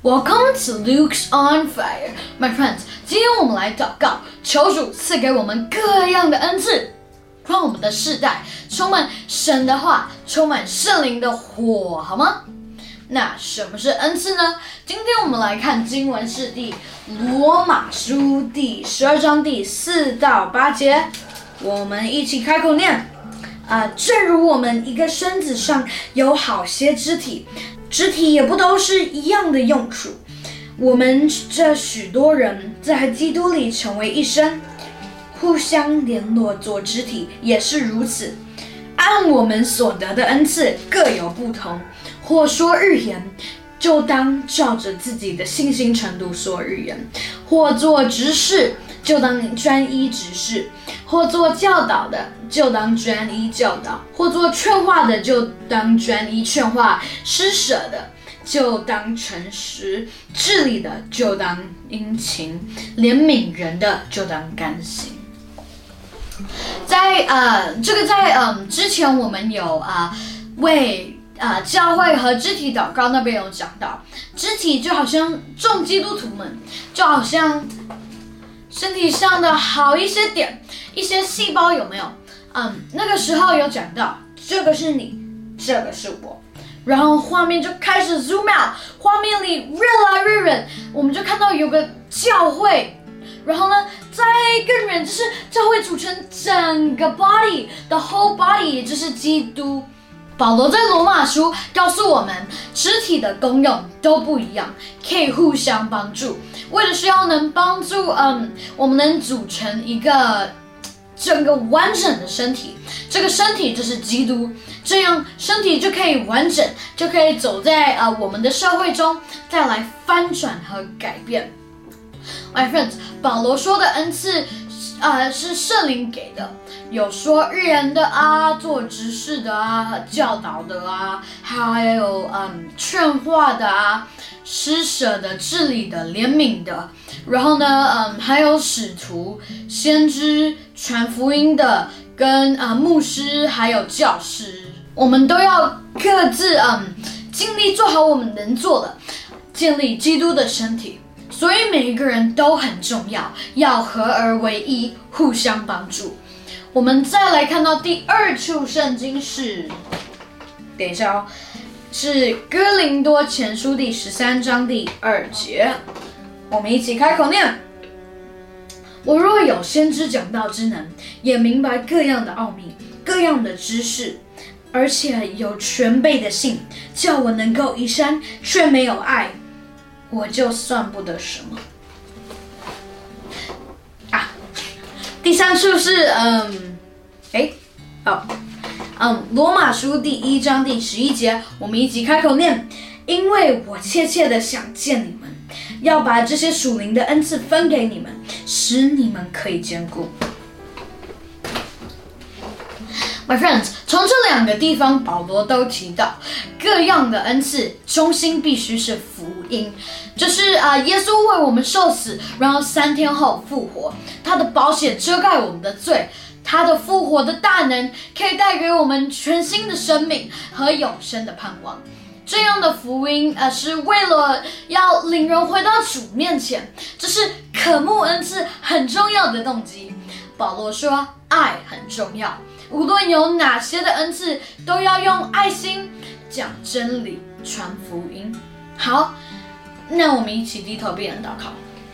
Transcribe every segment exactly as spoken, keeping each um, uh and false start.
Welcome to Luke's on Fire, my friends. 今天我们来祷告，求主赐给我们各样的恩赐，让我们的世代充满神的话，充满圣灵的火，好吗？那什么是恩赐呢？今天我们来看经文是第罗马书第十二章第四到八节，我们一起开口念。啊，正如我们一个身子上有好些肢体，肢体也不都是一样的用处。我们这许多人在基督里成为一身，互相联络做肢体，也是如此。按我们所得的恩赐各有不同，或说预言，就当照着自己的信心程度说预言；或做执事，就当专一执事；或做教导的，就当专一教导；或做劝化的，就当专一劝化；施舍的，就当诚实；治理的，就当殷勤；怜悯人的，就当甘心。在呃，这个在嗯、呃、之前我们有啊、呃、为啊、呃、教会和肢体祷告那边有讲到，肢体就好像众基督徒们，就好像身体上的好一些点，一些细胞有没有？嗯，那个时候有讲到，这个是你，这个是我，然后画面就开始 zoom out， 画面里越来越远，我们就看到有个教会。然后呢，再更远就是教会组成整个 body， the whole body， 也就是基督。保罗在罗马书告诉我们，肢体的功用都不一样，可以互相帮助。为了是要能帮助，嗯，我们能组成一个整个完整的身体。这个身体就是基督，这样身体就可以完整，就可以走在呃我们的社会中，带来翻转和改变。My friends， 保罗说的恩赐，呃，是圣灵给的，有说预言的啊，做执事的啊，教导的啊，还有嗯劝化的啊，施舍的、治理的、怜悯的，然后呢，嗯，还有使徒、先知、传福音的，跟啊、呃、牧师，还有教师，我们都要各自嗯尽力做好我们能做的，建立基督的身体。所以每一个人都很重要，要合而为一，互相帮助。我们再来看到第二处圣经是，等一下哦，是哥林多前书第十三章第二节，我们一起开口念。我若有先知讲道之能，也明白各样的奥秘，各样的知识，而且有全备的信，叫我能够移山，却没有爱，我就算不得什么啊。第三处是嗯，哎，哦，嗯，罗马书第一章第十一节，我们一起开口念。因为我切切的想见你们，要把这些属灵的恩赐分给你们，使你们可以兼顾。My friends， 从这两个地方，保罗都提到各样的恩赐，中心必须是福音，就是啊、呃，耶稣为我们受死，然后三天后复活，他的宝血遮盖我们的罪，他的复活的大能可以带给我们全新的生命和永生的盼望。这样的福音呃，是为了要领人回到主面前，这是渴慕恩赐很重要的动机。保罗说，爱很重要。无论有哪些的恩赐，都要用爱心讲真理、传福音。好，那我们一起低头闭眼祷告。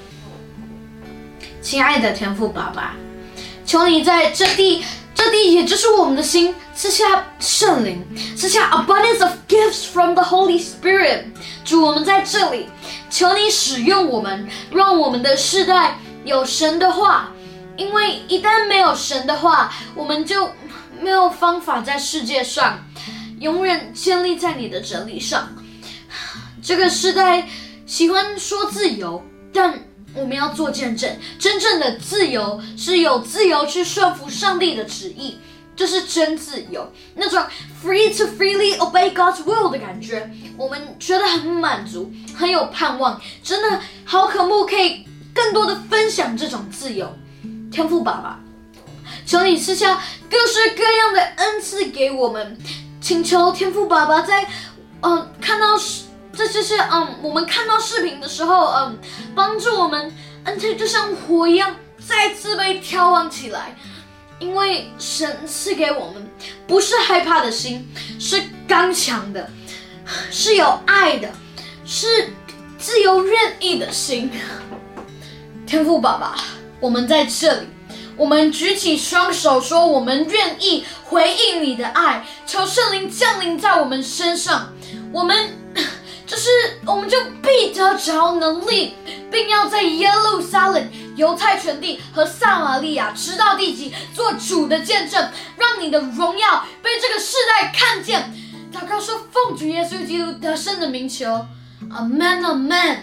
亲爱的天父爸爸，求你在这地，这地也就是我们的心，赐下圣灵，赐下 abundance of gifts from the Holy Spirit。主，我们在这里，求你使用我们，让我们的世代有神的话。因为一旦没有神的话，我们就没有方法在世界上永远建立在你的真理上。这个时代喜欢说自由，但我们要做见证，真正的自由是有自由去顺服上帝的旨意，这是真自由，那种 free to freely obey God's will 的感觉，我们觉得很满足，很有盼望，真的好渴慕可以更多的分享这种自由。天父爸爸，求你赐下各式各样的恩赐给我们，请求天父爸爸在，呃，看到这就是嗯，我们看到视频的时候，嗯，帮助我们，恩赐就像火一样再次被挑旺起来。因为神赐给我们不是害怕的心，是刚强的，是有爱的，是自由愿意的心。天父爸爸，我们在这里，我们举起双手说，我们愿意回应你的爱，求圣灵降临在我们身上，我们就是我们就必得着能力，并要在耶路撒冷、犹太全地和撒玛利亚直到地极做主的见证，让你的荣耀被这个世代看见。祷告说，奉主耶稣基督得胜的名求， Amen Amen。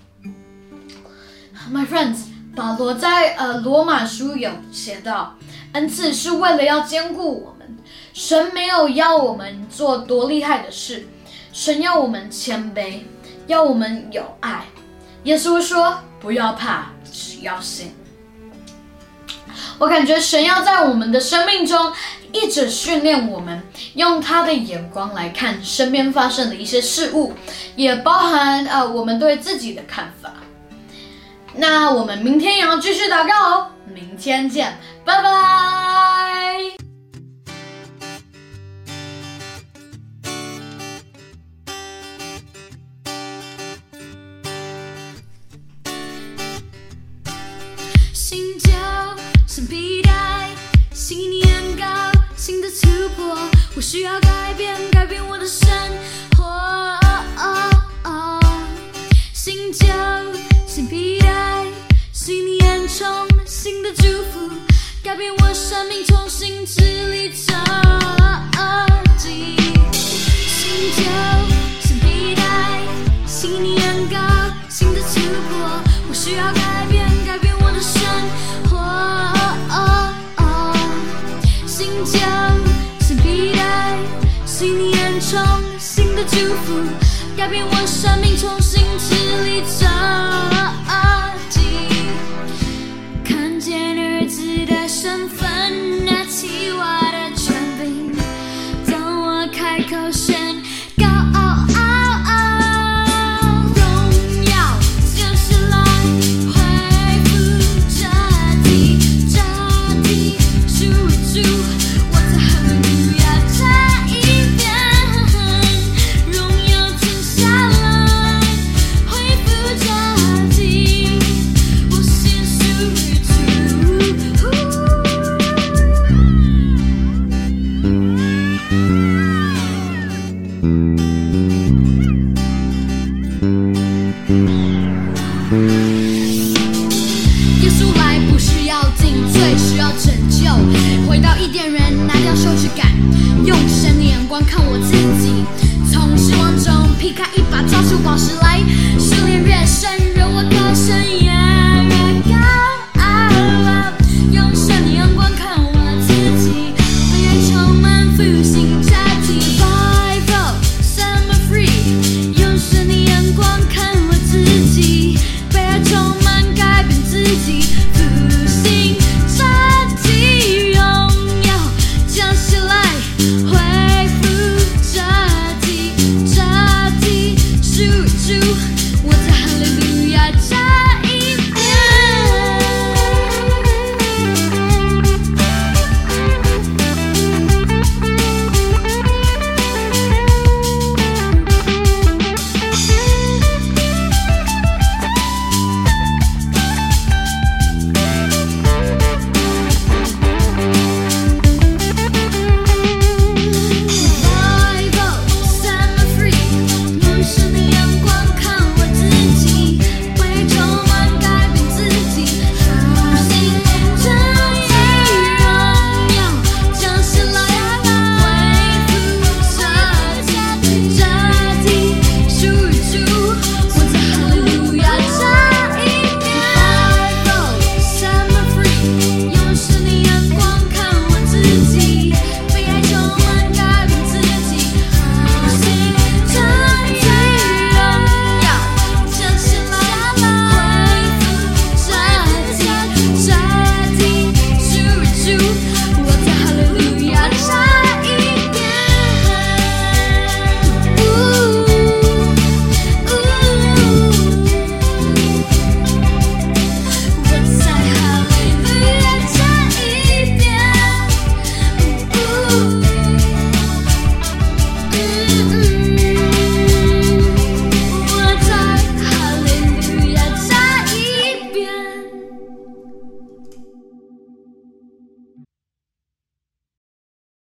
My friends， 保罗在呃罗马书有写到，恩赐是为了要兼顾我们，神没有要我们做多厉害的事，神要我们谦卑，要我们有爱。耶稣说，不要怕，只要信。我感觉神要在我们的生命中一直训练我们，用他的眼光来看身边发生的一些事物，也包含呃我们对自己的看法。那我们明天也要继续祷告哦，明天见，拜拜。 新旧新皮带，信念高，新的突破，我需要改变，改变我的生活。新旧新皮带，信念充满新的祝福，改变我生命，重新治理着己。新旧新皮带，信念高，新的突破，我需要改变，改变我的生活。新旧新皮带，信念充满新的祝福，改变我生命，重新治理着己。看见儿子的身份，拿起我的权柄，当我开口宣告，荣耀就是来恢复这地，这地属于主，我在和你要这一边，荣耀停下来，恢复这地，我先属于主。耶稣来不是要定罪，是要拯救，回到伊甸园，拿掉羞耻感，用神的眼光看我自己，从失望中劈开一把，抓住宝石来，试炼越深，让我更深